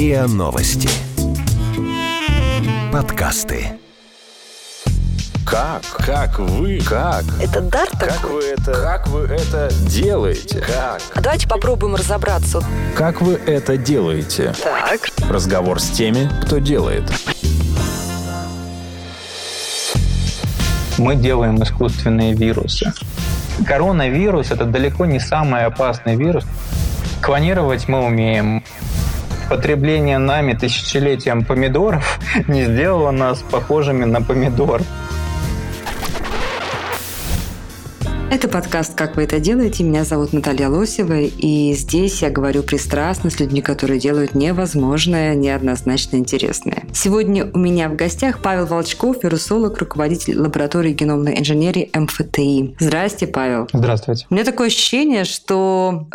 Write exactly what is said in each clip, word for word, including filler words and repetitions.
РИА Новости. Подкасты. Как? Как вы? Как? Это дар такой? Как вы это, как вы это делаете? Как? А давайте попробуем разобраться. Как вы это делаете? Так. Разговор с теми, кто делает. Мы делаем искусственные вирусы. Коронавирус – это далеко не самый опасный вирус. Клонировать мы умеем. Потребление нами тысячелетием помидоров не сделало нас похожими на помидор. Это подкаст «Как вы это делаете?». Меня зовут Наталья Лосева, и здесь я говорю пристрастно с людьми, которые делают невозможное, неоднозначно интересное. Сегодня у меня в гостях Павел Волчков, вирусолог, руководитель лаборатории геномной инженерии эм эф тэ и. Здрасте, Павел. Здравствуйте. У меня такое ощущение, что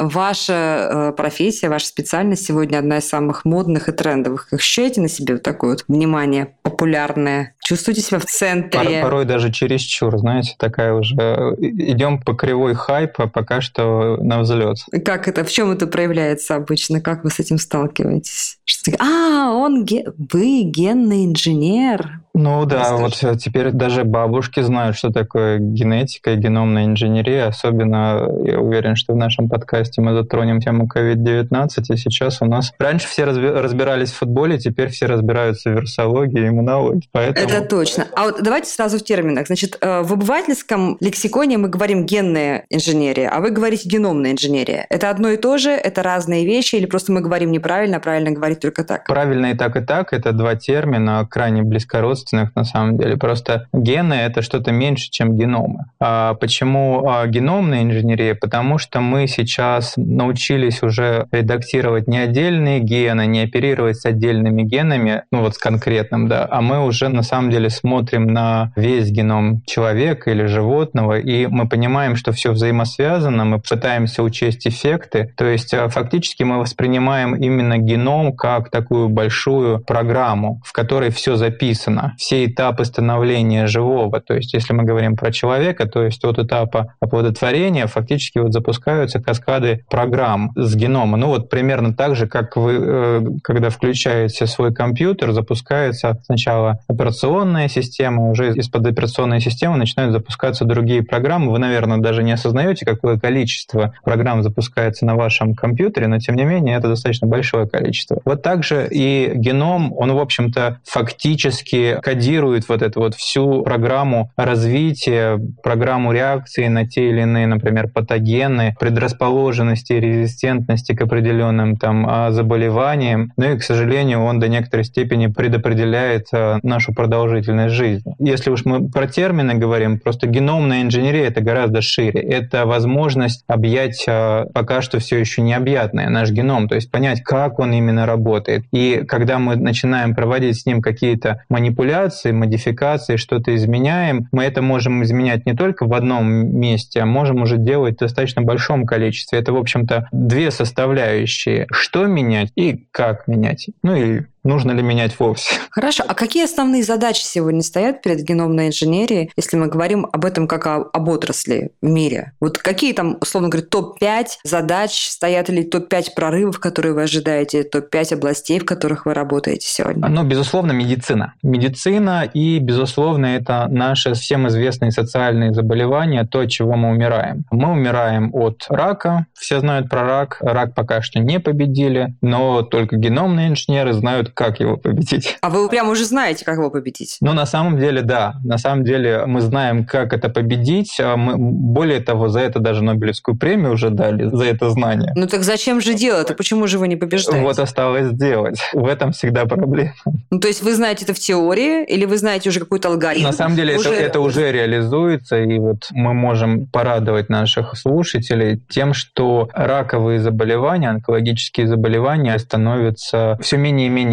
ваша профессия, ваша специальность сегодня одна из самых модных и трендовых. Ощущаете на себе вот такое вот внимание популярное? Чувствуете себя в центре? Пор- порой даже чересчур, знаете, такая уже... Идем по кривой хайпа, пока что на взлет. Как это? В чем это проявляется обычно? Как вы с этим сталкиваетесь? Что, а, он ге... вы генный инженер. Ну да, вот теперь даже бабушки знают, что такое генетика и геномная инженерия. Особенно, я уверен, что в нашем подкасте мы затронем тему ковид девятнадцать. И сейчас у нас... Раньше все разбирались в футболе, теперь все разбираются в вирусологии и иммунологии. Поэтому... Это точно. А вот давайте сразу в терминах. Значит, в обывательском лексиконе мы говорим генная инженерия, а вы говорите геномная инженерия. Это одно и то же? Это разные вещи? Или просто мы говорим неправильно, а правильно говорить только так? Правильно и так, и так. Это два термина, крайне близкородственных на самом деле. Просто гены — это что-то меньше, чем геномы. А почему а, геномная инженерия? Потому что мы сейчас научились уже редактировать не отдельные гены, не оперировать с отдельными генами, ну вот с конкретным, да, а мы уже на самом деле смотрим на весь геном человека или животного, и мы понимаем, что все взаимосвязано, мы пытаемся учесть эффекты, то есть фактически мы воспринимаем именно геном как такую большую программу, в которой все записано, все этапы становления живого. То есть если мы говорим про человека, то есть от этапа оплодотворения фактически вот запускаются каскады программ с генома. Ну вот примерно так же, как вы, когда включаете свой компьютер, запускается сначала операционная система, уже из-под операционной системы начинают запускаться другие программы. Вы, наверное, даже не осознаете, какое количество программ запускается на вашем компьютере, но тем не менее это достаточно большое количество. Вот так же и геном, он, в общем-то, фактически кодирует вот эту вот всю программу развития, программу реакции на те или иные, например, патогены, предрасположенности, резистентности к определенным там заболеваниям. Ну и, к сожалению, он до некоторой степени предопределяет нашу продолжительность жизни. Если уж мы про термины говорим, просто геномная инженерия — это гораздо шире. Это возможность объять пока что все еще необъятное наш геном, то есть понять, как он именно работает. И когда мы начинаем проводить с ним какие-то манипуляции, модификации, что-то изменяем, мы это можем изменять не только в одном месте, а можем уже делать в достаточно большом количестве. Это, в общем-то, две составляющие. Что менять и как менять. Ну и нужно ли менять вовсе. Хорошо. А какие основные задачи сегодня стоят перед геномной инженерией, если мы говорим об этом как о, об отрасли в мире? Вот какие там, условно говоря, топ пять задач стоят или топ пять прорывов, которые вы ожидаете, топ пять областей, в которых вы работаете сегодня? Ну, безусловно, медицина. Медицина и, безусловно, это наши всем известные социальные заболевания, то, от чего мы умираем. Мы умираем от рака. Все знают про рак. Рак пока что не победили, но только геномные инженеры знают, как его победить. А вы прямо уже знаете, как его победить? Ну, на самом деле, да. На самом деле мы знаем, как это победить. Мы, более того, за это даже Нобелевскую премию уже дали, за это знание. Ну так зачем же делать? И почему же вы не побеждаете? Вот осталось сделать. В этом всегда проблема. Ну, то есть вы знаете это в теории, или вы знаете уже какой-то алгоритм? На самом деле уже... Это, это уже реализуется, и вот мы можем порадовать наших слушателей тем, что раковые заболевания, онкологические заболевания становятся все менее и менее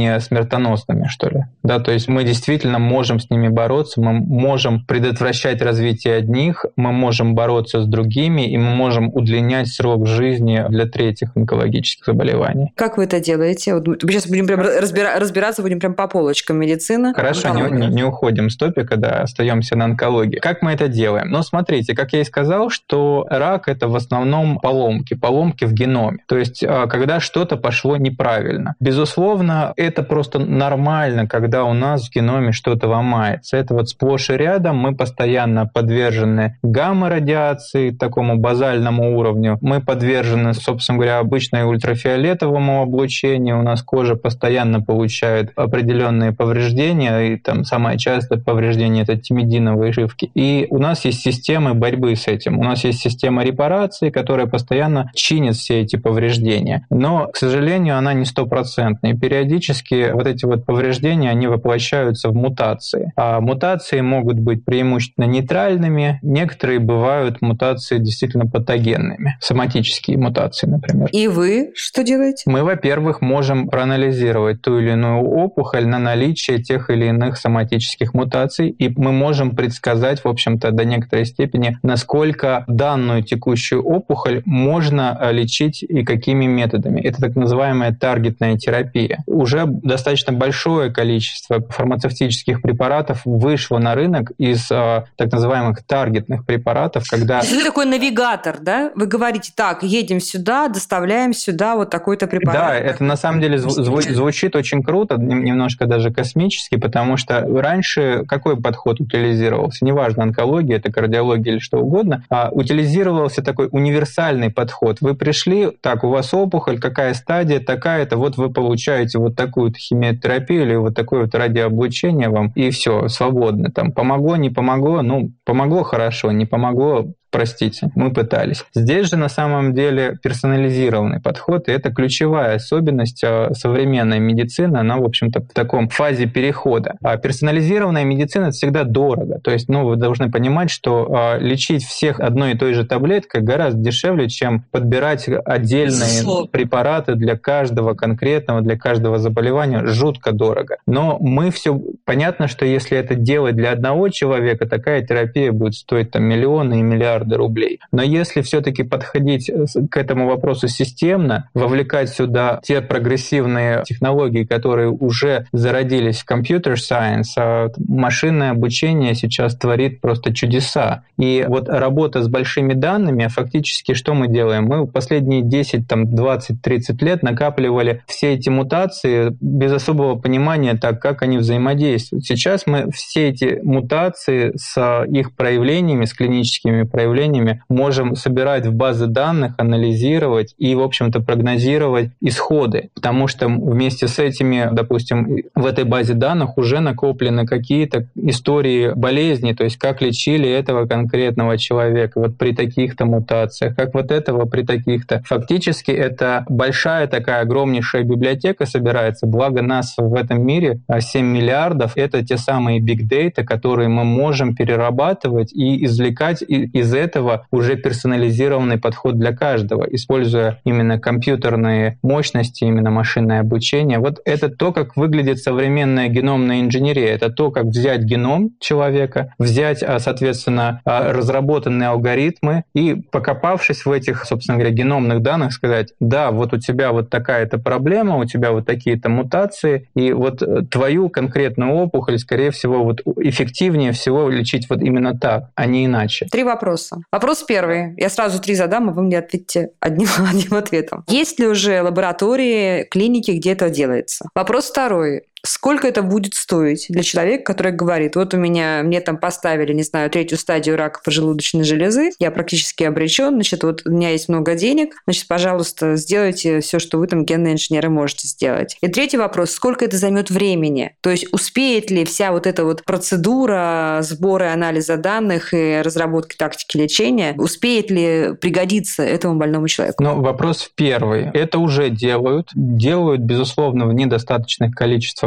менее смертоносными, что ли. Да, то есть мы действительно можем с ними бороться, мы можем предотвращать развитие одних, мы можем бороться с другими, и мы можем удлинять срок жизни для третьих онкологических заболеваний. Как вы это делаете? Вот мы сейчас будем прям разбира- разбираться, будем прям по полочкам медицины. Хорошо, не, не, не уходим с топика, да, остаемся на онкологии. Как мы это делаем? Ну, смотрите, как я и сказал, что рак – это в основном поломки, поломки в геноме. То есть, когда что-то пошло неправильно. Безусловно, это просто нормально, когда у нас в геноме что-то ломается. Это вот сплошь и рядом. Мы постоянно подвержены гамма-радиации, такому базальному уровню. Мы подвержены, собственно говоря, обычной ультрафиолетовому облучению. У нас кожа постоянно получает определенные повреждения, и там самое частое повреждение – это тимидиновые шивки. И у нас есть системы борьбы с этим. У нас есть система репарации, которая постоянно чинит все эти повреждения. Но, к сожалению, она не стопроцентная. Периодически вот эти вот повреждения, они воплощаются в мутации. А мутации могут быть преимущественно нейтральными. Некоторые бывают мутации действительно патогенными. Соматические мутации, например. И вы что делаете? Мы, во-первых, можем проанализировать ту или иную опухоль на наличие тех или иных соматических мутаций, и мы можем предсказать, в общем-то, до некоторой степени, насколько данную текущую опухоль можно лечить и какими методами. Это так называемая таргетная терапия. Уже достаточно большое количество фармацевтических препаратов вышло на рынок из э, так называемых таргетных препаратов, когда... Это такой навигатор, да? Вы говорите, так, едем сюда, доставляем сюда вот такой-то препарат. Да, это на самом деле зву- звучит очень круто, немножко даже космически, потому что раньше какой подход утилизировался? Неважно, онкология, это кардиология или что угодно, а утилизировался такой универсальный подход. Вы пришли, так, у вас опухоль, какая стадия, такая-то, вот вы получаете вот такую-то химиотерапию или вот такое вот радиооблучение вам, и все, свободно. Там помогло, не помогло, ну, помогло хорошо, не помогло, простите, мы пытались. Здесь же на самом деле персонализированный подход, и это ключевая особенность современной медицины, она, в общем-то, в таком фазе перехода. А персонализированная медицина – это всегда дорого. То есть, ну, вы должны понимать, что лечить всех одной и той же таблеткой гораздо дешевле, чем подбирать отдельные Слово. препараты для каждого конкретного, для каждого заболевания. Жутко дорого. Но мы все... Понятно, что если это делать для одного человека, такая терапия будет стоить там миллионы и миллиарды рублей. Но если все-таки подходить к этому вопросу системно, вовлекать сюда те прогрессивные технологии, которые уже зародились в computer science, машинное обучение сейчас творит просто чудеса. И вот работа с большими данными, фактически что мы делаем? Мы в последние десять, двадцать, тридцать лет накапливали все эти мутации без особого понимания, так как они взаимодействуют. Сейчас мы все эти мутации с их проявлениями, с клиническими проявлениями, можем собирать в базы данных, анализировать и, в общем-то, прогнозировать исходы. Потому что вместе с этими, допустим, в этой базе данных уже накоплены какие-то истории болезней, то есть как лечили этого конкретного человека вот при таких-то мутациях, как вот этого при таких-то. Фактически это большая такая огромнейшая библиотека собирается, благо нас в этом мире семь миллиардов. Это те самые big data, которые мы можем перерабатывать и извлекать из этого уже персонализированный подход для каждого, используя именно компьютерные мощности, именно машинное обучение. Вот это то, как выглядит современная геномная инженерия. Это то, как взять геном человека, взять, соответственно, разработанные алгоритмы и, покопавшись в этих, собственно говоря, геномных данных, сказать, да, вот у тебя вот такая-то проблема, у тебя вот такие-то мутации, и вот твою конкретную опухоль, скорее всего, вот эффективнее всего лечить вот именно так, а не иначе. Три вопроса. Вопрос первый. Я сразу три задам, а вы мне ответите одним, одним ответом. Есть ли уже лаборатории, клиники, где это делается? Вопрос второй. Сколько это будет стоить для человека, который говорит, вот у меня, мне там поставили, не знаю, третью стадию рака поджелудочной железы, я практически обречен, значит, вот у меня есть много денег, значит, пожалуйста, сделайте все, что вы там, генные инженеры, можете сделать. И третий вопрос, сколько это займет времени? То есть успеет ли вся вот эта вот процедура сбора и анализа данных и разработки тактики лечения, успеет ли пригодиться этому больному человеку? Ну, вопрос первый. Это уже делают. Делают, безусловно, в недостаточных количествах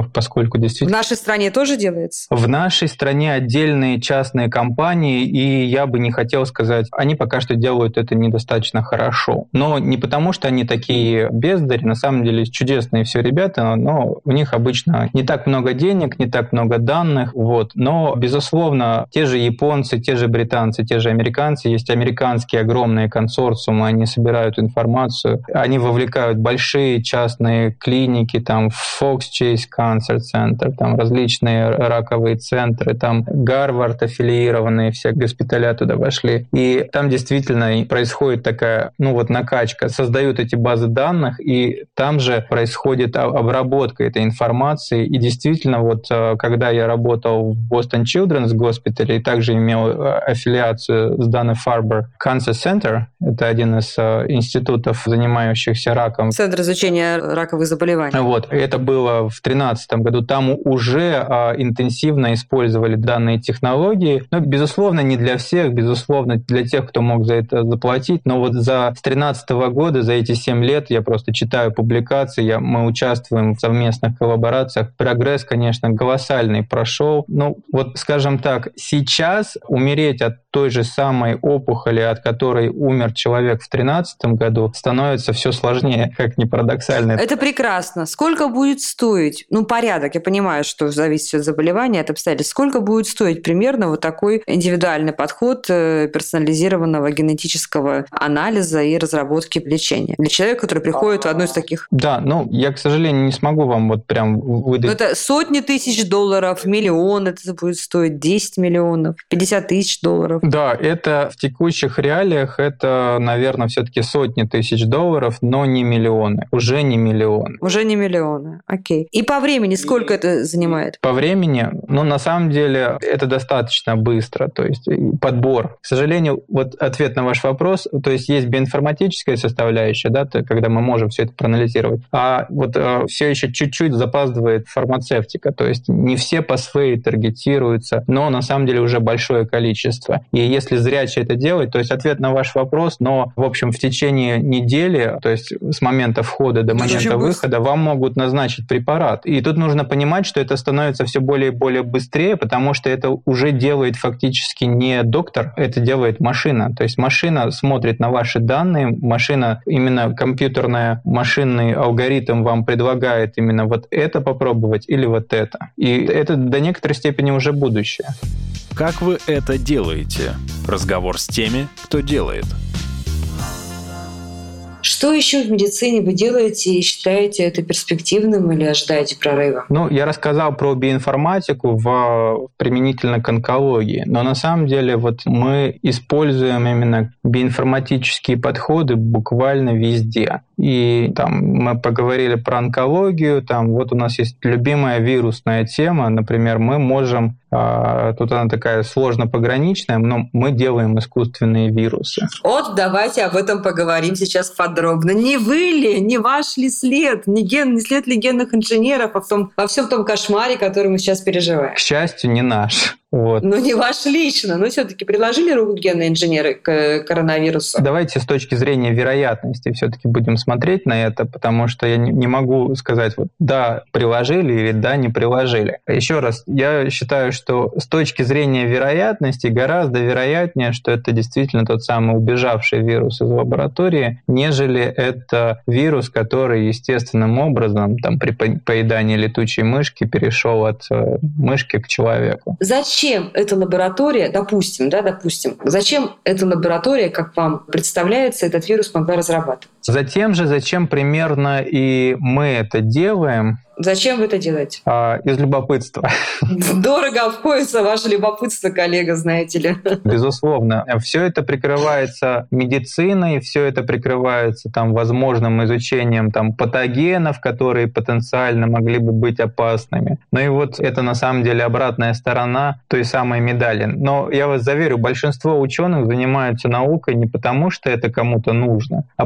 поскольку действительно... В нашей стране тоже делается? В нашей стране отдельные частные компании, и я бы не хотел сказать, они пока что делают это недостаточно хорошо. Но не потому, что они такие бездари, на самом деле чудесные все ребята, но у них обычно не так много денег, не так много данных, вот. Но, безусловно, те же японцы, те же британцы, те же американцы, есть американские огромные консорциумы, они собирают информацию, они вовлекают большие частные клиники, там Fox Chase Cancer Center, там различные раковые центры, там Гарвард аффилированные, все госпиталя туда вошли. И там действительно происходит такая, ну вот накачка, создают эти базы данных, и там же происходит обработка этой информации. И действительно, вот когда я работал в Boston Children's Hospital и также имел аффилиацию с Dana-Farber Cancer Center, это один из институтов, занимающихся раком. Центр изучения раковых заболеваний. Вот, это было в две тысячи тринадцатом году. Там уже а, интенсивно использовали данные технологии. Но, безусловно, не для всех, безусловно, для тех, кто мог за это заплатить. Но вот за две тысячи тринадцатого года, за эти семь лет, я просто читаю публикации, я, мы участвуем в совместных коллаборациях. Прогресс, конечно, колоссальный прошел. Ну, вот, скажем так, сейчас умереть от той же самой опухоли, от которой умер человек в две тысячи тринадцатом году, становится все сложнее, как ни парадоксально. Это прекрасно. Сколько будет стоить? Ну, порядок, я понимаю, что зависит от заболевания, от обстоятельств. Сколько будет стоить примерно вот такой индивидуальный подход персонализированного генетического анализа и разработки лечения для человека, который приходит в одну из таких? Да, ну, я, к сожалению, не смогу вам вот прям выдать. Но это сотни тысяч долларов, миллион, это будет стоить десять миллионов, пятьдесят тысяч долларов. Да, это в текущих реалиях, это, наверное, все-таки сотни тысяч долларов, но не миллионы, уже не миллионы. Уже не миллионы, окей. И по времени сколько это занимает? По времени, ну, на самом деле, это достаточно быстро, то есть подбор. К сожалению, вот ответ на ваш вопрос, то есть есть биоинформатическая составляющая, да, когда мы можем все это проанализировать, а вот э, все еще чуть-чуть запаздывает фармацевтика, то есть не все пасвеи таргетируются, но на самом деле уже большое количество. И если зряче это делать, то есть ответ на ваш вопрос, но, в общем, в течение недели, то есть с момента входа до момента выхода, вам могут назначить препарат. И тут нужно понимать, что это становится все более и более быстрее, потому что это уже делает фактически не доктор, это делает машина. То есть машина смотрит на ваши данные, машина, именно компьютерная, машинный алгоритм вам предлагает именно вот это попробовать или вот это. И это до некоторой степени уже будущее. Как вы это делаете? Разговор с теми, кто делает. Что еще в медицине вы делаете и считаете это перспективным или ожидаете прорыва? Ну, я рассказал про биоинформатику в, применительно к онкологии, но на самом деле вот мы используем именно биоинформатические подходы буквально везде. И там мы поговорили про онкологию, там вот у нас есть любимая вирусная тема, например, мы можем, а, тут она такая сложно-пограничная, но мы делаем искусственные вирусы. Вот давайте об этом поговорим сейчас подробно. Не вы ли, не ваш ли след, не, ген, не след ли генных инженеров во, том, во всем том кошмаре, который мы сейчас переживаем? К счастью, не наш. Вот. Ну, не ваш лично, но все-таки приложили руку генные инженеры к коронавирусу? Давайте с точки зрения вероятности все-таки будем смотреть на это, потому что я не могу сказать, вот да, приложили или да, не приложили. Еще раз, я считаю, что с точки зрения вероятности гораздо вероятнее, что это действительно тот самый убежавший вирус из лаборатории, нежели это вирус, который естественным образом там, при поедании летучей мышки перешел от мышки к человеку. Зачем? Зачем эта лаборатория, допустим, да, допустим, зачем эта лаборатория, как вам представляется, этот вирус могла разрабатывать? Затем же, зачем примерно и мы это делаем. Зачем вы это делаете? А, из любопытства. Дорого обходится ваше любопытство, коллега, знаете ли. Безусловно. Все это прикрывается медициной, все это прикрывается там, возможным изучением там, патогенов, которые потенциально могли бы быть опасными. Ну и вот это на самом деле обратная сторона той самой медали. Но я вас заверю, большинство ученых занимаются наукой не потому, что это кому-то нужно, а просто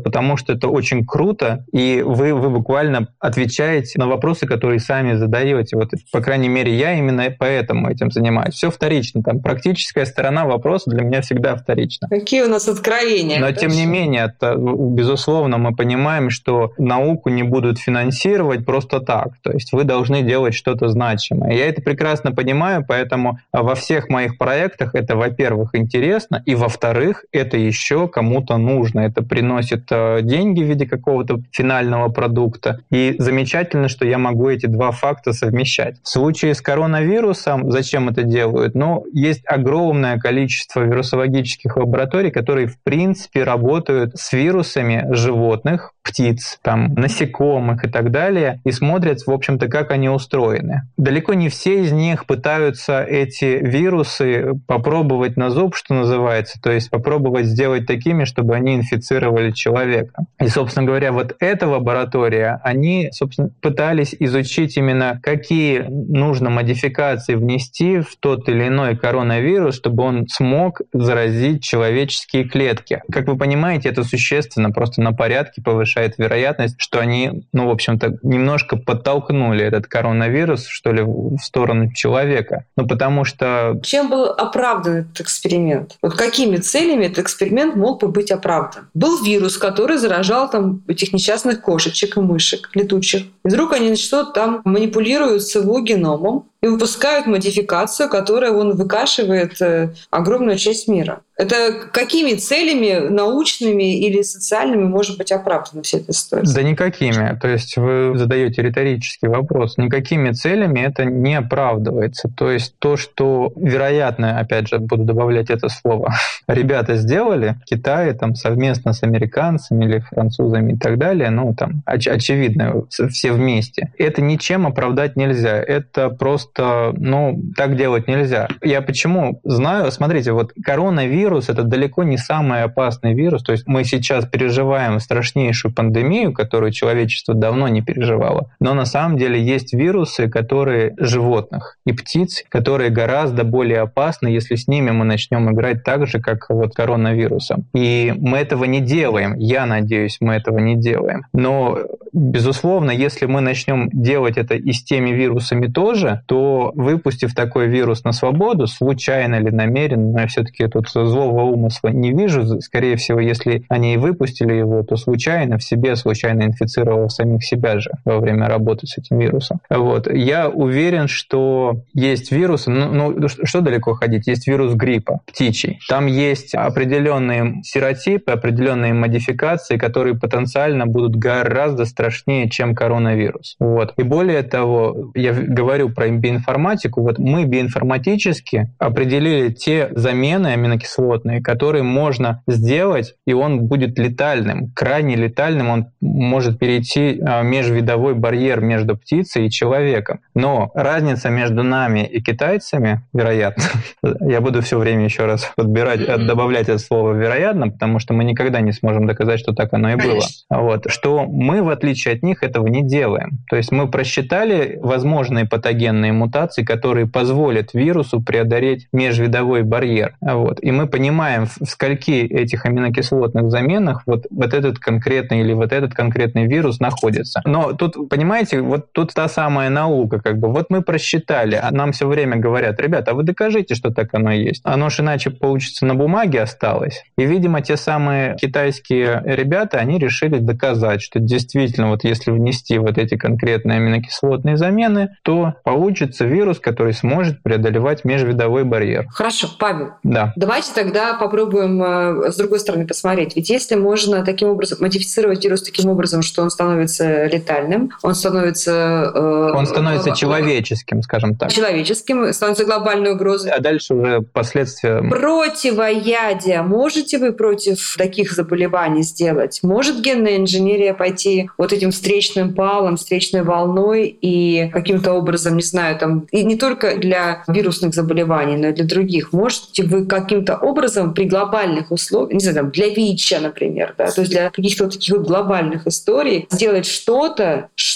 потому что это очень круто, и вы, вы буквально отвечаете на вопросы, которые сами задаете. Вот, по крайней мере, я именно поэтому этим занимаюсь. Все вторично. Там практическая сторона вопроса для меня всегда вторична. Какие у нас откровения. Но, тем не менее, это, безусловно, мы понимаем, что науку не будут финансировать просто так. То есть вы должны делать что-то значимое. Я это прекрасно понимаю, поэтому во всех моих проектах это, во-первых, интересно, и, во-вторых, это еще кому-то нужно. Это приносит деньги в виде какого-то финального продукта. И замечательно, что я могу эти два факта совмещать. В случае с коронавирусом, зачем это делают? Ну, есть огромное количество вирусологических лабораторий, которые, в принципе, работают с вирусами животных, птиц, там, насекомых и так далее, и смотрят, в общем-то, как они устроены. Далеко не все из них пытаются эти вирусы попробовать на зуб, что называется, то есть попробовать сделать такими, чтобы они инфицировали человека. И, собственно говоря, вот эта лаборатория, они, собственно, пытались изучить именно, какие нужно модификации внести в тот или иной коронавирус, чтобы он смог заразить человеческие клетки. Как вы понимаете, это существенно, просто на порядке повышает вероятность, что они, ну, в общем-то, немножко подтолкнули этот коронавирус, что ли, в сторону человека. Ну, потому что... Чем был оправдан этот эксперимент? Вот какими целями этот эксперимент мог бы быть оправдан? Был вирус, который заражал там этих несчастных кошечек и мышек летучих. И вдруг они начнут там манипулируют с его геномом и выпускают модификацию, которая он выкашивает огромную часть мира. Это какими целями научными или социальными может быть оправдана вся эта история? Да никакими. То есть вы задаете риторический вопрос. Никакими целями это не оправдывается. То есть то, что вероятно, опять же, буду добавлять это слово, ребята сделали в Китае там, совместно с американцами или французами и так далее, ну там оч- очевидно, все вместе. Это ничем оправдать нельзя. Это просто ну, так делать нельзя. Я почему знаю? Смотрите, вот коронавирус — это далеко не самый опасный вирус. То есть мы сейчас переживаем страшнейшую пандемию, которую человечество давно не переживало. Но на самом деле есть вирусы, которые животных и птиц, которые гораздо более опасны, если с ними мы начнем играть так же, как вот коронавирусом. И мы этого не делаем. Я надеюсь, мы этого не делаем. Но, безусловно, если мы начнем делать это и с теми вирусами тоже, то выпустив такой вирус на свободу, случайно или намеренно, но я все-таки тут злого умысла не вижу, скорее всего, если они и выпустили его, то случайно в себе, случайно инфицировав самих себя же во время работы с этим вирусом. Вот. Я уверен, что есть вирусы, ну, ну что далеко ходить, есть вирус гриппа птичий. Там есть определенные серотипы, определенные модификации, которые потенциально будут гораздо страшнее, чем коронавирус. Вот. И более того, я говорю про биоинформатику, вот мы биоинформатически определили те замены аминокислотные, которые можно сделать, и он будет летальным, крайне летальным, он может перейти межвидовой барьер между птицей и человеком. Но разница между нами и китайцами, вероятно, я буду все время еще раз подбирать, добавлять это слово «вероятно», потому что мы никогда не сможем доказать, что так оно и было. Вот. Что мы, в отличие от них, этого не делаем. То есть мы просчитали возможные патогенные мутации, которые позволят вирусу преодолеть межвидовой барьер. Вот. И мы понимаем, в скольки этих аминокислотных заменах вот, вот этот конкретный или вот этот конкретный вирус находится. Но тут, понимаете, вот тут та самая наука, как бы, вот мы просчитали, а нам все время говорят: ребята, а вы докажите, что так оно и есть. Оно же иначе получится на бумаге осталось. И, видимо, те самые китайские ребята, они решили доказать, что действительно, вот если внести вот эти конкретные аминокислотные замены, то получится вирус, который сможет преодолевать межвидовой барьер. Хорошо, Павел. Да. Давайте тогда попробуем э, с другой стороны посмотреть. Ведь если можно таким образом модифицировать вирус таким образом, что он становится летальным, он становится... Э, он становится э, человеческим, скажем так. Человеческим, становится глобальной угрозой. А дальше уже последствия... Противоядие. Можете вы против таких заболеваний сделать? Может генная инженерия пойти вот этим встречным палом, встречной волной и каким-то образом, не знаю, там, и не только для вирусных заболеваний, но и для других. Можете вы каким-то образом при глобальных условиях, не знаю, там, для ВИЧа, например, да, то есть для каких-то вот таких вот глобальных историй сделать что-то, что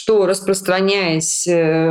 что, распространяясь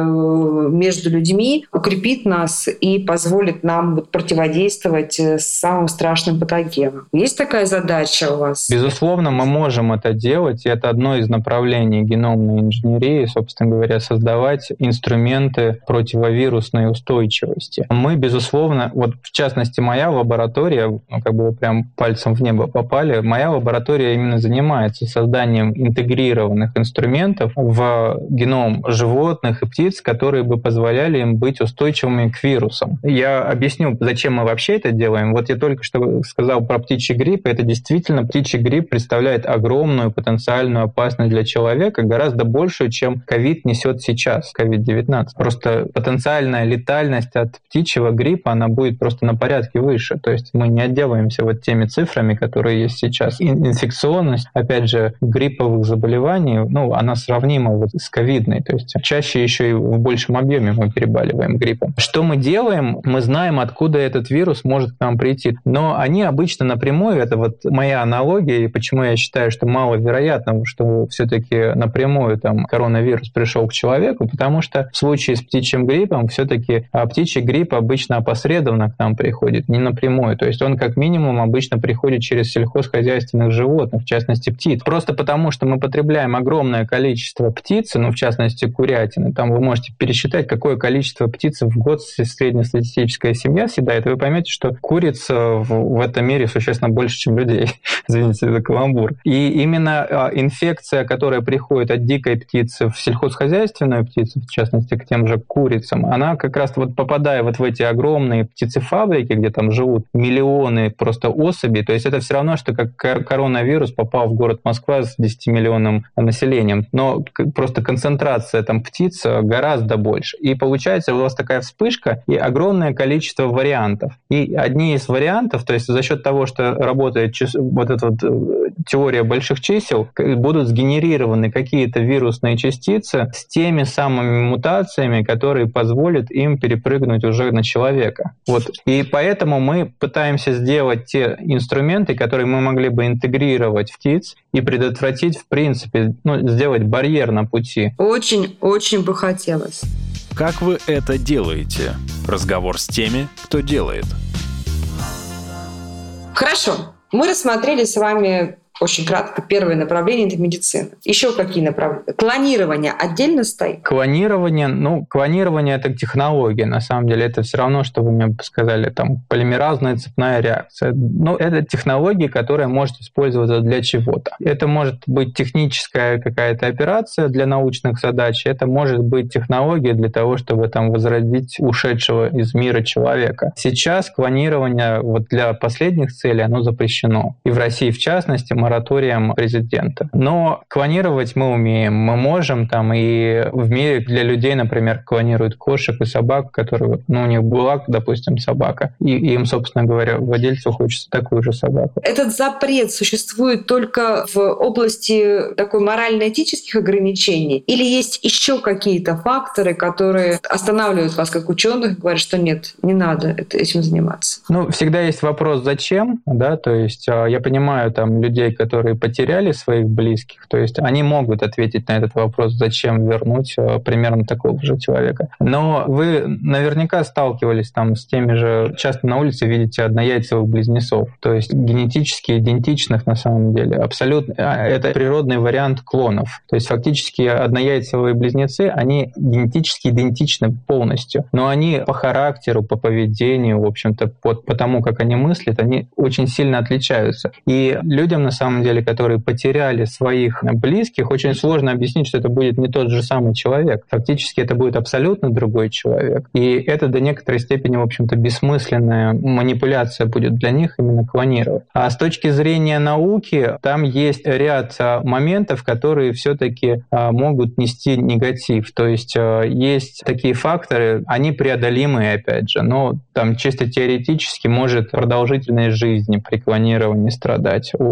между людьми, укрепит нас и позволит нам противодействовать самым страшным патогенам. Есть такая задача у вас? Безусловно, мы можем это делать, и это одно из направлений геномной инженерии, собственно говоря, создавать инструменты противовирусной устойчивости. Мы, безусловно, вот в частности, моя лаборатория, ну, как бы вы прям пальцем в небо попали, моя лаборатория именно занимается созданием интегрированных инструментов в геном животных и птиц, которые бы позволяли им быть устойчивыми к вирусам. Я объясню, зачем мы вообще это делаем. Вот я только что сказал про птичий грипп, и это действительно птичий грипп представляет огромную потенциальную опасность для человека, гораздо большую, чем ковид несет сейчас, ковид девятнадцать. Просто потенциальная летальность от птичьего гриппа, она будет просто на порядке выше. То есть мы не отделаемся вот теми цифрами, которые есть сейчас. Инфекционность, опять же, грипповых заболеваний, ну, она сравнима вот с ковидной. То есть чаще еще и в большем объеме мы переболеваем гриппом. Что мы делаем? Мы знаем, откуда этот вирус может к нам прийти. Но они обычно напрямую, это вот моя аналогия, и почему я считаю, что маловероятно, что все-таки напрямую там коронавирус пришел к человеку, потому что в случае с птичьим гриппом все-таки птичий грипп обычно опосредованно к нам приходит, не напрямую. То есть он как минимум обычно приходит через сельхозхозяйственных животных, в частности птиц. Просто потому, что мы потребляем огромное количество птицы, ну в частности курятины, там вы можете пересчитать, какое количество птиц в год среднестатистическая семья съедает, и вы поймете, что куриц в, в этом мире существенно больше, чем людей. Извините за каламбур. И именно инфекция, которая приходит от дикой птицы в сельхозхозяйственную птицу, в частности к тем же курицам, она как раз вот попадая вот в эти огромные птицефабрики, где там живут миллионы просто особей, то есть это все равно, что как коронавирус попал в город Москва с десятимиллионным населением, но просто концентрация там птиц гораздо больше. И получается у вас такая вспышка и огромное количество вариантов. И одни из вариантов, то есть за счет того, что работает вот эта вот теория больших чисел, будут сгенерированы какие-то вирусные частицы с теми самыми мутациями, которые позволят им перепрыгнуть уже на человека. Вот. И поэтому мы пытаемся сделать те инструменты, которые мы могли бы интегрировать в птиц и предотвратить, в принципе, ну, сделать барьер на пути. Очень-очень бы хотелось. Как вы это делаете? Разговор с теми, кто делает. Хорошо. Мы рассмотрели с вами очень кратко первое направление — это медицина. Еще какие направления? Клонирование отдельно стоит? Клонирование, ну, клонирование — это технология, на самом деле. Это все равно, что вы мне сказали, там, полимеразная цепная реакция. Ну, это технология, которая может использоваться для чего-то. Это может быть техническая какая-то операция для научных задач, это может быть технология для того, чтобы там возродить ушедшего из мира человека. Сейчас клонирование вот для последних целей, оно запрещено. И в России, в частности, мораторием президента. Но клонировать мы умеем. Мы можем там и в мире для людей, например, клонируют кошек и собак, которые, ну, у них была, допустим, собака, и им, собственно говоря, владельцу хочется такую же собаку. Этот запрет существует только в области такой морально-этических ограничений? Или есть еще какие-то факторы, которые останавливают вас как ученых и говорят, что нет, не надо этим заниматься? Ну, всегда есть вопрос, зачем, да, то есть я понимаю там людей, которые потеряли своих близких, то есть они могут ответить на этот вопрос, зачем вернуть примерно такого же человека. Но вы наверняка сталкивались там с теми же, часто на улице видите однояйцевых близнецов, то есть генетически идентичных на самом деле, абсолютно. Это природный вариант клонов. То есть фактически однояйцевые близнецы, они генетически идентичны полностью, но они по характеру, по поведению, в общем-то, по, по тому, как они мыслят, они очень сильно отличаются. И людям, на самом деле, которые потеряли своих близких, очень сложно объяснить, что это будет не тот же самый человек. Фактически это будет абсолютно другой человек. И это до некоторой степени, в общем-то, бессмысленная манипуляция будет для них именно клонировать. А с точки зрения науки, там есть ряд моментов, которые все-таки могут нести негатив. То есть есть такие факторы, они преодолимые, опять же, но там чисто теоретически может продолжительность жизни при клонировании страдать у клонированных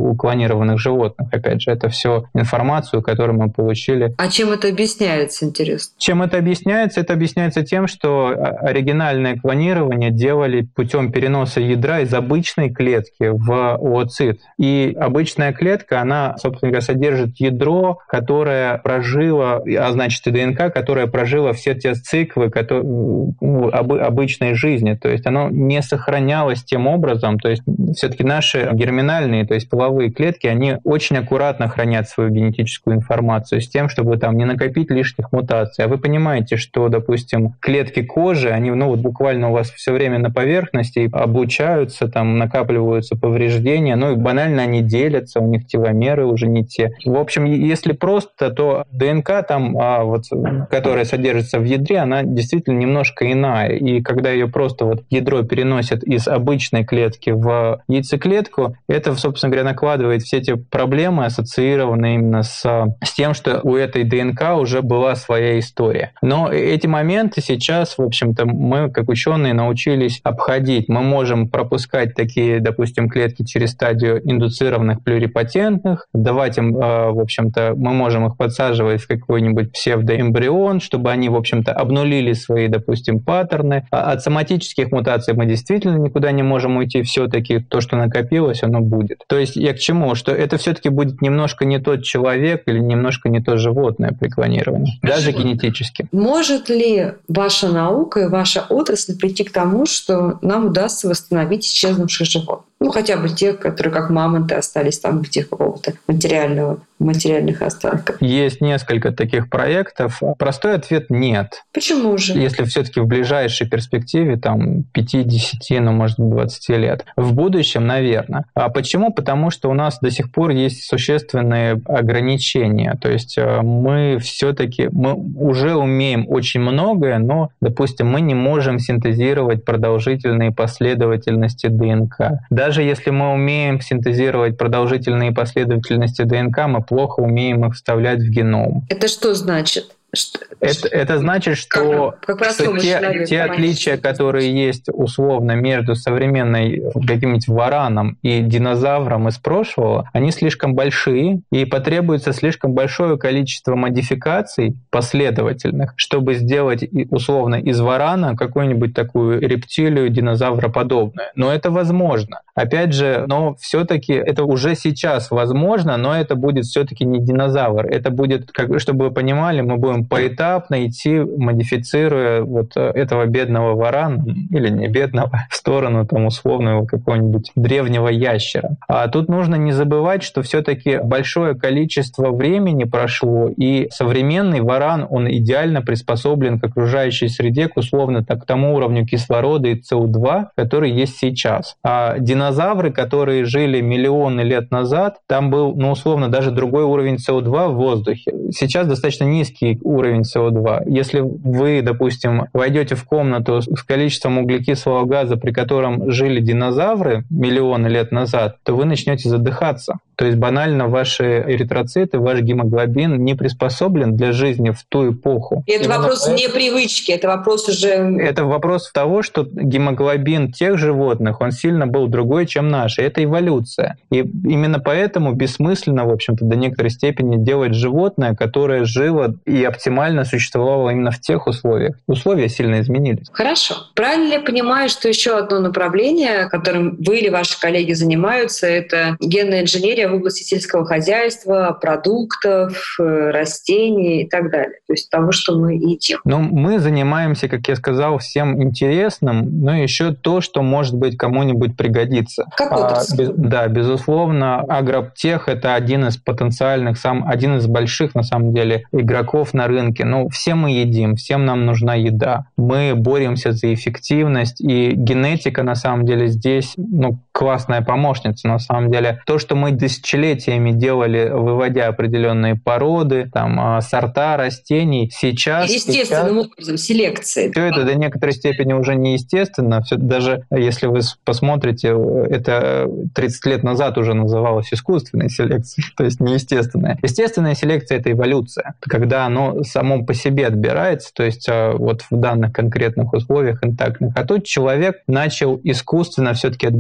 клонированных животных. Опять же, это все информацию, которую мы получили. А чем это объясняется, интересно? Чем это объясняется? Это объясняется тем, что оригинальное клонирование делали путем переноса ядра из обычной клетки в ooцит. И обычная клетка, она, собственно говоря, содержит ядро, которое прожило, а значит и ДНК, которое прожило все те циклы которые, ну, об, обычной жизни. То есть оно не сохранялось тем образом. То есть все-таки наши герминальные, то есть половые клетки, они очень аккуратно хранят свою генетическую информацию с тем, чтобы там не накопить лишних мутаций. А вы понимаете, что, допустим, клетки кожи, они ну, вот буквально у вас все время на поверхности облучаются, там накапливаются повреждения, ну и банально они делятся, у них теломеры уже не те. В общем, если просто, то ДНК там, а, вот, которая содержится в ядре, она действительно немножко иная. И когда ее просто вот ядро переносят из обычной клетки в яйцеклетку, это, собственно говоря, накладывает все эти проблемы, ассоциированные именно с, с тем, что у этой ДНК уже была своя история. Но эти моменты сейчас, в общем-то, мы, как ученые, научились обходить. Мы можем пропускать такие, допустим, клетки через стадию индуцированных плюрипатентных, давать им, в общем-то, мы можем их подсаживать в какой-нибудь псевдоэмбрион, чтобы они, в общем-то, обнулили свои, допустим, паттерны. А от соматических мутаций мы действительно никуда не можем уйти, все-таки то, что накопилось, оно будет. То есть я к чему? Что это все-таки будет немножко не тот человек или немножко не то животное при клонировании, даже генетически. Может ли ваша наука и ваша отрасль прийти к тому, что нам удастся восстановить исчезнувших животных? Ну, хотя бы тех, которые как мамонты остались там, где какого-то материального, материальных останков. Есть несколько таких проектов. Простой ответ — нет. Почему же? Если все-таки в ближайшей перспективе, там, пяти-десяти, ну, может быть, двадцати лет. В будущем, наверное. А почему? Потому что у нас до сих пор есть существенные ограничения. То есть мы все-таки, мы уже умеем очень многое, но, допустим, мы не можем синтезировать продолжительные последовательности ДНК. Даже Даже если мы умеем синтезировать продолжительные последовательности ДНК, мы плохо умеем их вставлять в геном. Это что значит? Что, это, это значит, что, как, как что те, человек, те отличия, которые есть условно между современной каким-нибудь вараном и динозавром из прошлого, они слишком большие, и потребуется слишком большое количество модификаций последовательных, чтобы сделать условно из варана какую-нибудь такую рептилию динозавроподобную. Но это возможно. Опять же, но все-таки это уже сейчас возможно, но это будет все-таки не динозавр. Это будет, как, чтобы вы понимали, мы будем поэтапно идти, модифицируя вот этого бедного варана, или не бедного, в сторону там условного какого-нибудь древнего ящера. А тут нужно не забывать, что все-таки большое количество времени прошло, и современный варан, он идеально приспособлен к окружающей среде, к условно так, к тому уровню кислорода и С О два, который есть сейчас. А динозавры, которые жили миллионы лет назад, там был, ну, условно, даже другой уровень С О два в воздухе. Сейчас достаточно низкий уровень С О два. Если вы, допустим, войдете в комнату с количеством углекислого газа, при котором жили динозавры миллионы лет назад, то вы начнете задыхаться. То есть банально ваши эритроциты, ваш гемоглобин не приспособлен для жизни в ту эпоху. И это Именно вопрос поэтому... не привычки, это вопрос уже... Это вопрос того, что гемоглобин тех животных, он сильно был другой, чем наш. И это эволюция. И именно поэтому бессмысленно, в общем-то, до некоторой степени делать животное, которое жило и оптимально существовало именно в тех условиях. Условия сильно изменились. Хорошо. Правильно ли я понимаю, что еще одно направление, которым вы или ваши коллеги занимаются, это генная инженерия в области сельского хозяйства, продуктов, растений и так далее. То есть того, что мы едим. Ну, мы занимаемся, как я сказал, всем интересным, но еще то, что, может быть, кому-нибудь пригодится. Как отрасль? А, без, да, безусловно, агротех — это один из потенциальных, сам, один из больших, на самом деле, игроков на рынке. Ну, все мы едим, всем нам нужна еда. Мы боремся за эффективность, и генетика, на самом деле, здесь, ну, классная помощница. На самом деле, то, что мы тысячелетиями делали, выводя определенные породы, там, сорта растений, сейчас... Естественным сейчас, образом, селекции. Все это до некоторой степени уже неестественно. Все, даже если вы посмотрите, это тридцать лет назад уже называлось искусственной селекцией, то есть неестественная. Естественная селекция — это эволюция, когда оно само по себе отбирается, то есть вот в данных конкретных условиях интактных. А тут человек начал искусственно все-таки отбирать, и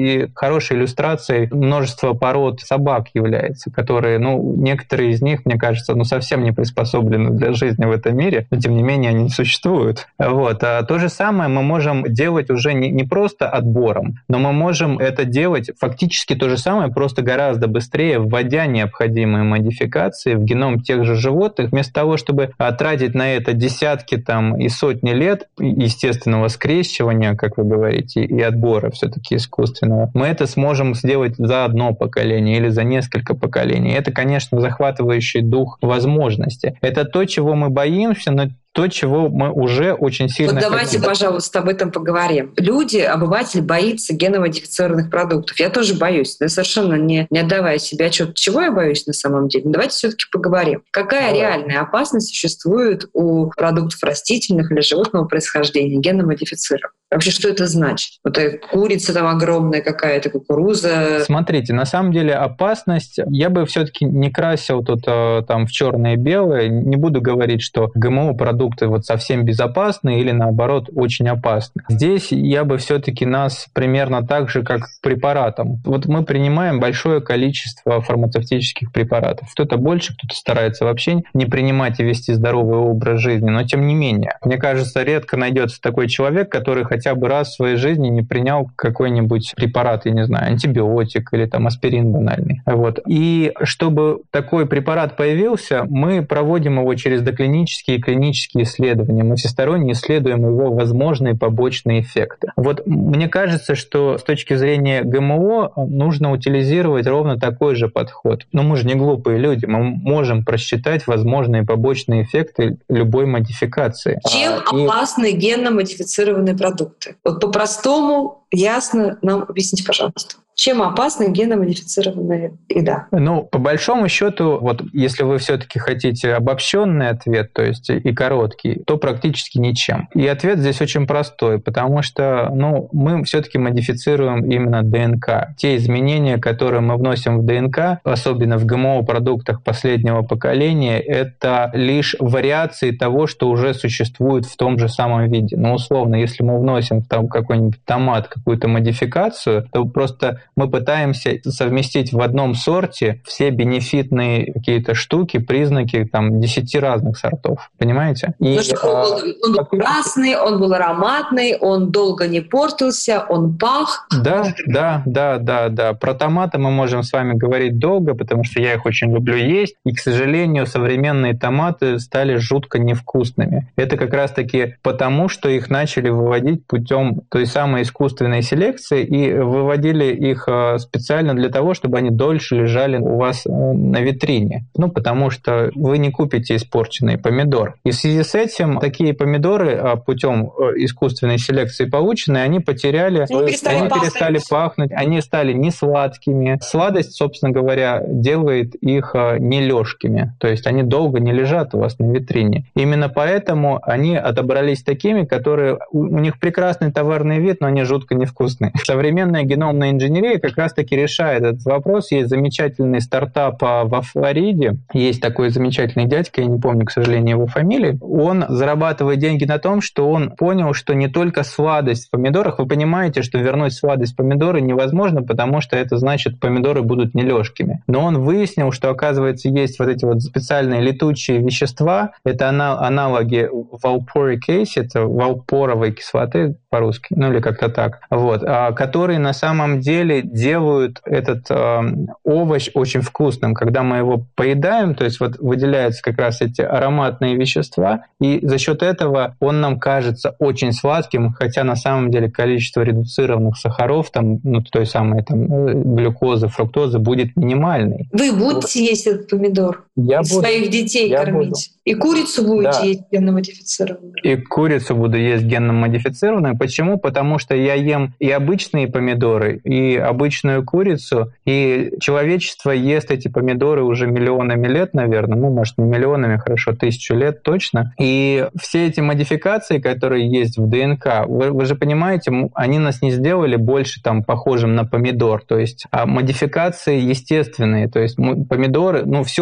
и хорошей иллюстрацией множество пород собак является, которые, ну, некоторые из них, мне кажется, ну, совсем не приспособлены для жизни в этом мире, но тем не менее они существуют. Вот. А то же самое мы можем делать уже не, не просто отбором, но мы можем это делать фактически то же самое, просто гораздо быстрее, вводя необходимые модификации в геном тех же животных, вместо того, чтобы тратить на это десятки там, и сотни лет естественного скрещивания, как вы говорите, и отбора все-таки искусственного, мы это сможем сделать за одно поколение или за несколько поколений. Это, конечно, захватывающий дух возможности. Это то, чего мы боимся, но то, чего мы уже очень сильно Вот давайте, хотим. пожалуйста, об этом поговорим. Люди, обыватель боится геномодифицированных продуктов. Я тоже боюсь, да, совершенно не, не отдавая себе отчет, чего я боюсь на самом деле. Но давайте все-таки поговорим. Какая Давай. реальная опасность существует у продуктов растительных или животного происхождения геномодифицированных? Вообще, что это значит? Вот курица там огромная какая-то, кукуруза. Смотрите, на самом деле опасность, я бы все-таки не красил тут там в черное и белое, не буду говорить, что ГМО-продукты вот совсем безопасны или наоборот очень опасны. Здесь я бы все-таки нас примерно так же, как к препаратам. Вот мы принимаем большое количество фармацевтических препаратов. Кто-то больше, кто-то старается вообще не принимать и вести здоровый образ жизни, но тем не менее. Мне кажется, редко найдется такой человек, который хотя бы раз в своей жизни не принял какой-нибудь препарат, я не знаю, антибиотик или там аспирин банальный. Вот. И чтобы такой препарат появился, мы проводим его через доклинические и клинические исследования. Мы всесторонне исследуем его возможные побочные эффекты. Вот мне кажется, что с точки зрения ГМО нужно утилизировать ровно такой же подход. Но мы же не глупые люди, мы можем просчитать возможные побочные эффекты любой модификации. Чем И... опасны генно-модифицированные продукты? Вот по-простому, ясно нам объясните, пожалуйста. Чем опасна генно-модифицированная еда? Ну, по большому счету, вот если вы все-таки хотите обобщенный ответ, то есть и короткий, то практически ничем. И ответ здесь очень простой, потому что, ну, мы все-таки модифицируем именно ДНК. Те изменения, которые мы вносим в ДНК, особенно в ГМО-продуктах последнего поколения, это лишь вариации того, что уже существует в том же самом виде. Ну, условно, если мы вносим в там какой-нибудь томат какую-то модификацию, то просто мы пытаемся совместить в одном сорте все бенефитные какие-то штуки, признаки там десяти разных сортов. Понимаете? И, ну что, а, он, он был красный, он был ароматный, он долго не портился, он пах. Да, да, да, да, да. Про томаты мы можем с вами говорить долго, потому что я их очень люблю есть. И, к сожалению, современные томаты стали жутко невкусными. Это как раз-таки потому, что их начали выводить путем той самой искусственной селекции и выводили их специально для того, чтобы они дольше лежали у вас на витрине. Ну, потому что вы не купите испорченный помидор. И в связи с этим такие помидоры путем искусственной селекции полученные, они потеряли, они перестали, они пахнуть. перестали пахнуть, они стали несладкими. Сладость, собственно говоря, делает их нелёжкими. То есть они долго не лежат у вас на витрине. Именно поэтому они отобрались такими, которые у них прекрасный товарный вид, но они жутко невкусные. Современная геномная инженерия как раз-таки решает этот вопрос. Есть замечательный стартап во Флориде. Есть такой замечательный дядька, я не помню, к сожалению, его фамилии. Он зарабатывает деньги на том, что он понял, что не только сладость в помидорах. Вы понимаете, что вернуть сладость в помидоры невозможно, потому что это значит, помидоры будут нелёжкими. Но он выяснил, что, оказывается, есть вот эти вот специальные летучие вещества. Это аналоги valporic acid, валпоровой кислоты по-русски, ну или как-то так, вот, которые на самом деле делают этот э, овощ очень вкусным. Когда мы его поедаем, то есть вот выделяются как раз эти ароматные вещества, и за счет этого он нам кажется очень сладким, хотя на самом деле количество редуцированных сахаров, там, ну, той самой там, глюкозы, фруктозы будет минимальной. Вы будете есть этот помидор? Я и буду. Своих детей Я кормить? буду. И курицу будете Да. есть генно-модифицированную? И курицу буду есть генно-модифицированную. Почему? Потому что я ем и обычные помидоры, и обычную курицу, и человечество ест эти помидоры уже миллионами лет, наверное, ну, может, не миллионами, хорошо, тысячу лет точно. И все эти модификации, которые есть в ДНК, вы, вы же понимаете, они нас не сделали больше там похожим на помидор, то есть а модификации естественные, то есть помидоры, ну, все вокруг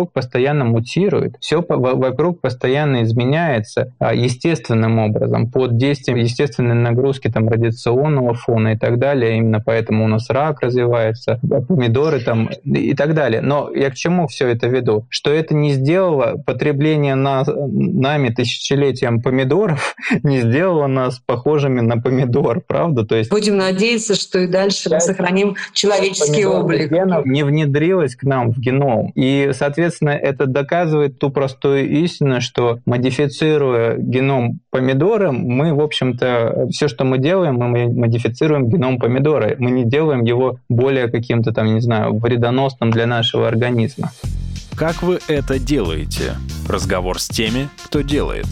вокруг постоянно мутирует, все вокруг постоянно изменяется естественным образом, под действием естественной нагрузки там, радиационного фона и так далее. Именно поэтому у нас рак развивается, помидоры там и так далее. Но я к чему все это веду? Что это не сделало потребление на, нами тысячелетием помидоров, не сделало нас похожими на помидор, правда? То есть будем надеяться, что и дальше мы сохраним человеческий облик. Не внедрилось к нам в геном. И, соответственно, это доказывает ту простую истину, что модифицируя геном помидора, мы, в общем-то, все, что мы делаем, мы модифицируем геном помидора. Мы не делаем его более каким-то там, не знаю, вредоносным для нашего организма. Как вы это делаете? Разговор с теми, кто делает.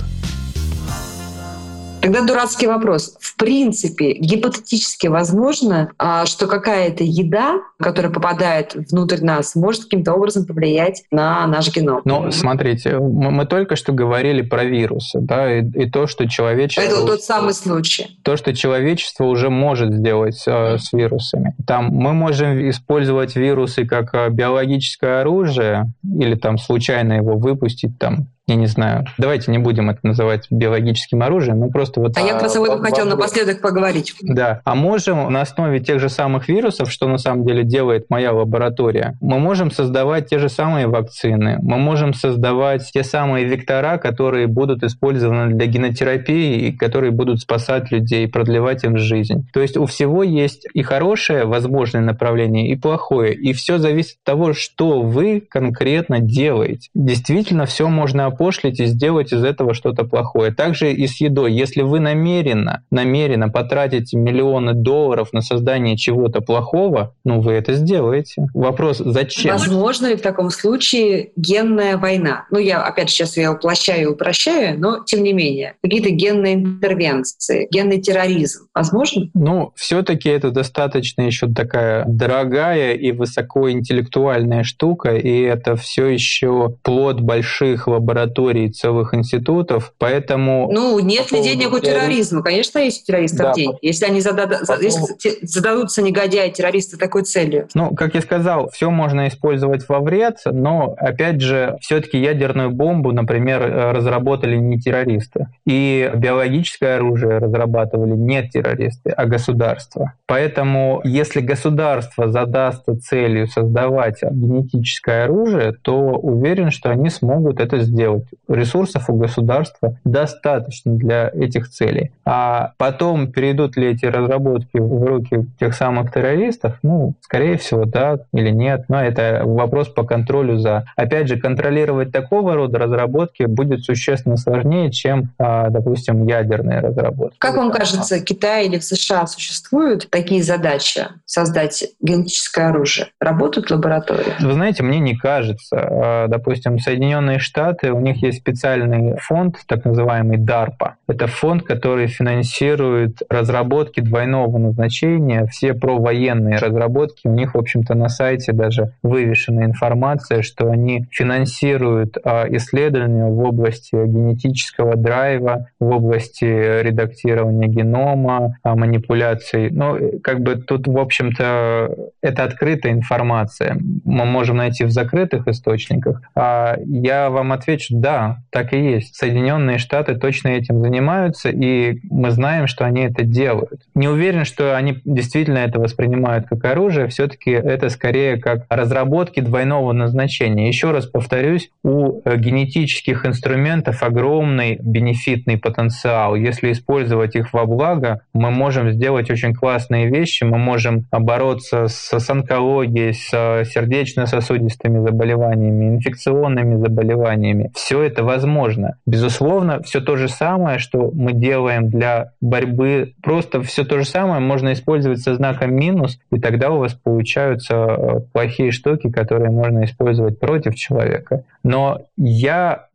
Тогда дурацкий вопрос. В принципе, гипотетически возможно, что какая-то еда, которая попадает внутрь нас, может каким-то образом повлиять на наш геном? Ну, смотрите, мы только что говорили про вирусы, да, и, и то, что человечество... Это тот самый случай. То, что человечество уже может сделать э, с вирусами. Там мы можем использовать вирусы как биологическое оружие или там случайно его выпустить там. Я не знаю. Давайте не будем это называть биологическим оружием, ну просто вот... А я про об этом хотела напоследок поговорить. Да. А можем на основе тех же самых вирусов, что на самом деле делает моя лаборатория, мы можем создавать те же самые вакцины, мы можем создавать те самые вектора, которые будут использованы для генотерапии и которые будут спасать людей, продлевать им жизнь. То есть у всего есть и хорошее возможное направление, и плохое. И все зависит от того, что вы конкретно делаете. Действительно, все можно опошлить и сделать из этого что-то плохое. Также и с едой. Если вы намеренно, намеренно потратите миллионы долларов на создание чего-то плохого, ну вы это сделаете. Вопрос, зачем? Возможно ли в таком случае генная война? Ну я опять сейчас я уплощаю и упрощаю, но тем не менее. Какие-то генные интервенции, генный терроризм. Возможно? Ну, все-таки это достаточно еще такая дорогая и высокоинтеллектуальная штука, и это все еще плод больших лабораторий, целых институтов, поэтому... Ну, нет ли денег у терроризма? Конечно, есть у террористов да, деньги. Если они задад... по если зададутся негодяи-террористы такой целью. Ну, как я сказал, все можно использовать во вред, но, опять же, все-таки ядерную бомбу, например, разработали не террористы. И биологическое оружие разрабатывали не террористы, а государства. Поэтому, если государство задастся целью создавать генетическое оружие, то уверен, что они смогут это сделать. Ресурсов у государства достаточно для этих целей. А потом перейдут ли эти разработки в руки тех самых террористов? Ну, скорее всего, да или нет. Но это вопрос по контролю за. Опять же, контролировать такого рода разработки будет существенно сложнее, чем, допустим, ядерные разработки. Как вам кажется, в Китае или в США существуют такие задачи создать генетическое оружие? Работают лаборатории? Вы знаете, мне не кажется. Допустим, Соединенные Штаты, у них есть специальный фонд, так называемый дарпа. Это фонд, который финансирует разработки двойного назначения, все провоенные разработки. У них, в общем-то, на сайте даже вывешена информация, что они финансируют исследования в области генетического драйва, в области редактирования генома, манипуляций. Ну, как бы тут, в общем-то, это открытая информация. Мы можем найти в закрытых источниках. А я вам отвечу, да, так и есть. Соединенные Штаты точно этим занимаются, и мы знаем, что они это делают. Не уверен, что они действительно это воспринимают как оружие, все-таки это скорее как разработки двойного назначения. Еще раз повторюсь, у генетических инструментов огромный бенефитный потенциал. Если использовать их во благо, мы можем сделать очень классные вещи, мы можем бороться с, с онкологией, с сердечно-сосудистыми заболеваниями, инфекционными заболеваниями. Все это возможно. Безусловно, все то же самое, что мы делаем для борьбы, просто все то же самое можно использовать со знаком минус, и тогда у вас получаются плохие штуки, которые можно использовать против человека. Но я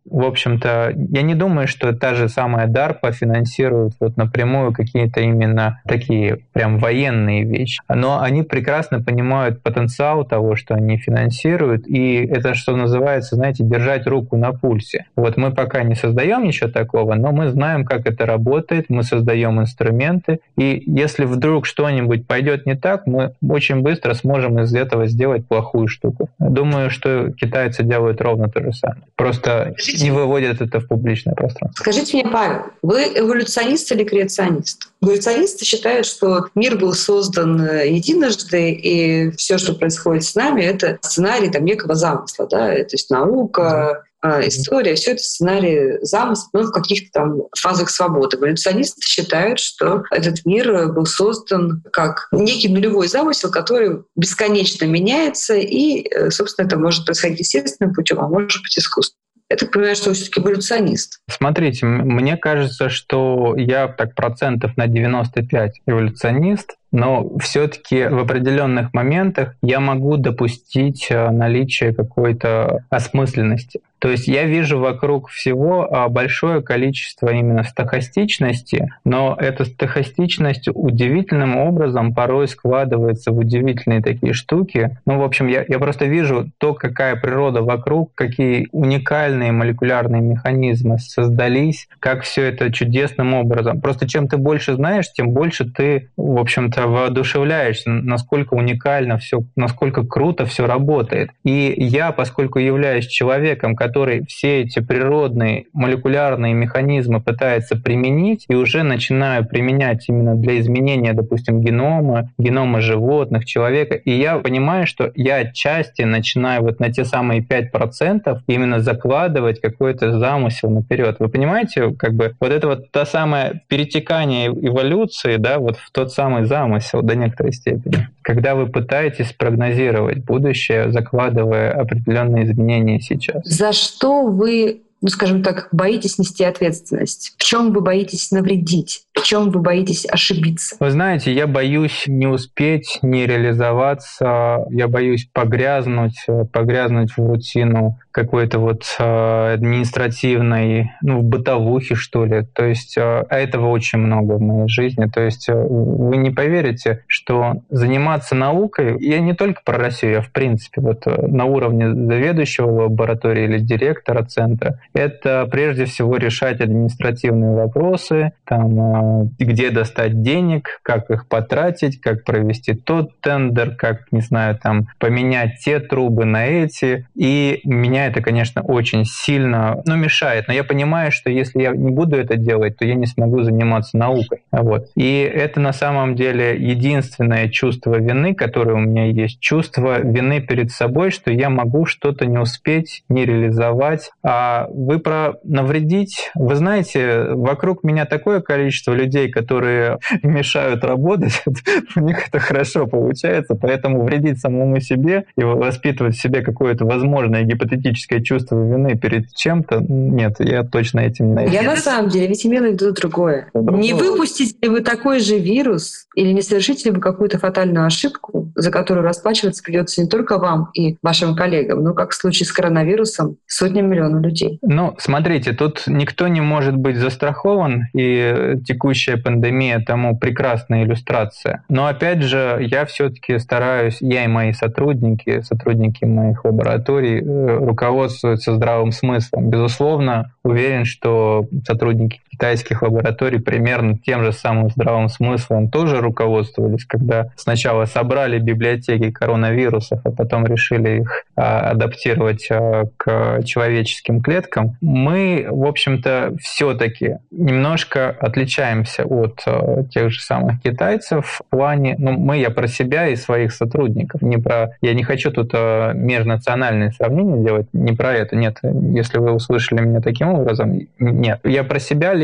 в общем-то, я не думаю, что та же самая DARPA финансирует вот напрямую какие-то именно такие прям военные вещи. Но они прекрасно понимают потенциал того, что они финансируют, и это, что называется, знаете, держать руку на пульсе. Вот мы пока не создаем ничего такого, но мы знаем, как это работает, мы создаем инструменты, и если вдруг что-нибудь пойдет не так, мы очень быстро сможем из этого сделать плохую штуку. Думаю, что китайцы делают ровно то же самое. Просто Скажите, не выводят это в публичное пространство. Скажите мне, Павел, вы эволюционист или креационист? Эволюционисты считают, что мир был создан единожды, и все, что происходит с нами, это сценарий там, некого замысла. Да? То есть наука, история, все это сценарий замысла, но в каких-то там фазах свободы. Эволюционисты считают, что этот мир был создан как некий нулевой замысел, который бесконечно меняется, и, собственно, это может происходить естественным путем, а может быть искусственным. Я так понимаю, что вы все-таки эволюционист. Смотрите, мне кажется, что я так процентов на девяносто пять эволюционист, но все-таки в определенных моментах я могу допустить наличие какой-то осмысленности. То есть я вижу вокруг всего большое количество именно стохастичности, но эта стохастичность удивительным образом порой складывается в удивительные такие штуки. Ну, в общем, я, я просто вижу то, какая природа вокруг, какие уникальные молекулярные механизмы создались, как все это чудесным образом. Просто чем ты больше знаешь, тем больше ты, в общем-то, воодушевляешься, насколько уникально все, насколько круто все работает. И я, поскольку являюсь человеком, который все эти природные молекулярные механизмы пытается применить, и уже начинаю применять именно для изменения, допустим, генома, генома животных, человека, и я понимаю, что я отчасти начинаю вот на те самые пять процентов именно закладывать какой-то замысел наперед. Вы понимаете, как бы вот это вот то самое перетекание эволюции, да, вот в тот самый замысел до некоторой степени, когда вы пытаетесь прогнозировать будущее, закладывая определенные изменения сейчас. За что вы, ну, скажем так, боитесь нести ответственность? В чем вы боитесь навредить? В чем вы боитесь ошибиться? Вы знаете, я боюсь не успеть, не реализоваться, я боюсь погрязнуть, погрязнуть в рутину какой-то вот административной, ну, в бытовухе, что ли. То есть а этого очень много в моей жизни. То есть вы не поверите, что заниматься наукой, я не только про Россию, я в принципе вот на уровне заведующего лаборатории или директора центра, это прежде всего решать административные вопросы, там, где достать денег, как их потратить, как провести тот тендер, как, не знаю, там, поменять те трубы на эти. И меня это, конечно, очень сильно, ну, мешает. Но я понимаю, что если я не буду это делать, то я не смогу заниматься наукой. Вот. И это на самом деле единственное чувство вины, которое у меня есть. Чувство вины перед собой, что я могу что-то не успеть, не реализовать. А вы про навредить? Вы знаете, вокруг меня такое количество людей, которые мешают работать, у них это хорошо получается, поэтому вредить самому себе и воспитывать в себе какое-то возможное гипотетическое чувство вины перед чем-то, нет, я точно этим не найду. Я на самом деле ведь имела в виду другое. другое. Не выпустите ли вы такой же вирус или не совершите ли вы какую-то фатальную ошибку, за которую расплачиваться придется не только вам и вашим коллегам, но, как в случае с коронавирусом, сотням миллионов людей? Ну, смотрите, тут никто не может быть застрахован, и текущая пандемия тому прекрасная иллюстрация. Но опять же, я все-таки стараюсь, я и мои сотрудники, сотрудники моих лабораторий руководствуются здравым смыслом. Безусловно, уверен, что сотрудники китайских лабораторий примерно тем же самым здравым смыслом тоже руководствовались, когда сначала собрали библиотеки коронавирусов, а потом решили их а, адаптировать а, к человеческим клеткам. Мы, в общем-то, все-таки немножко отличаемся от а, тех же самых китайцев в плане, ну, мы, я про себя и своих сотрудников, не про, я не хочу тут а, межнациональные сравнения делать, не про это, нет, если вы услышали меня таким образом, нет. Я про себя лично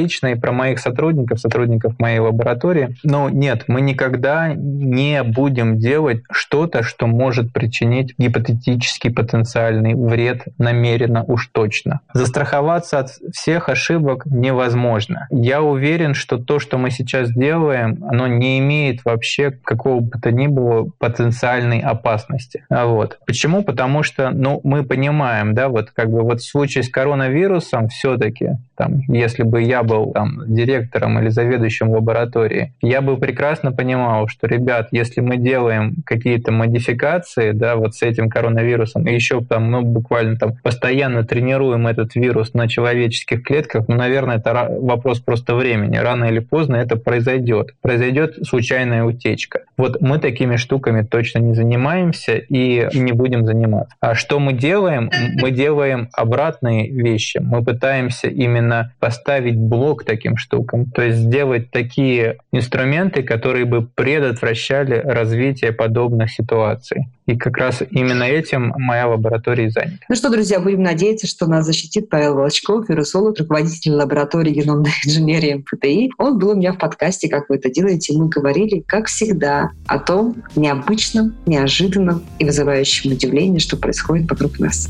лично и про моих сотрудников, сотрудников моей лаборатории. Но нет, мы никогда не будем делать что-то, что может причинить гипотетический потенциальный вред намеренно уж точно. Застраховаться от всех ошибок невозможно. Я уверен, что то, что мы сейчас делаем, оно не имеет вообще какого бы то ни было потенциальной опасности. Вот. Почему? Потому что, ну, мы понимаем, да, вот как бы вот в случае с коронавирусом все-таки, там, если бы я был там директором или заведующим лаборатории, я бы прекрасно понимал, что, ребят, если мы делаем какие-то модификации, да, вот с этим коронавирусом, и еще там, ну, буквально там постоянно тренируем этот вирус на человеческих клетках, ну, наверное, это вопрос просто времени. Рано или поздно это произойдет. Произойдет случайная утечка. Вот мы такими штуками точно не занимаемся и не будем заниматься. А что мы делаем? Мы делаем обратные вещи. Мы пытаемся именно поставить блок таким штукам, то есть сделать такие инструменты, которые бы предотвращали развитие подобных ситуаций. И как раз именно этим моя лаборатория и занята. Ну что, друзья, будем надеяться, что нас защитит Павел Волчков, вирусолог, руководитель лаборатории геномной инженерии эм пэ тэ и. Он был у меня в подкасте «Как вы это делаете». Мы говорили, как всегда, о том необычном, неожиданном и вызывающем удивление, что происходит вокруг нас.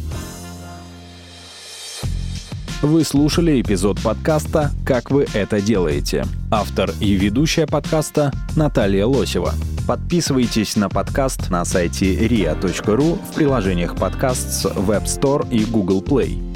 Вы слушали эпизод подкаста «Как вы это делаете». Автор и ведущая подкаста Наталья Лосева. Подписывайтесь на подкаст на сайте риа точка ру, в приложениях подкастс в App Store и Google Play.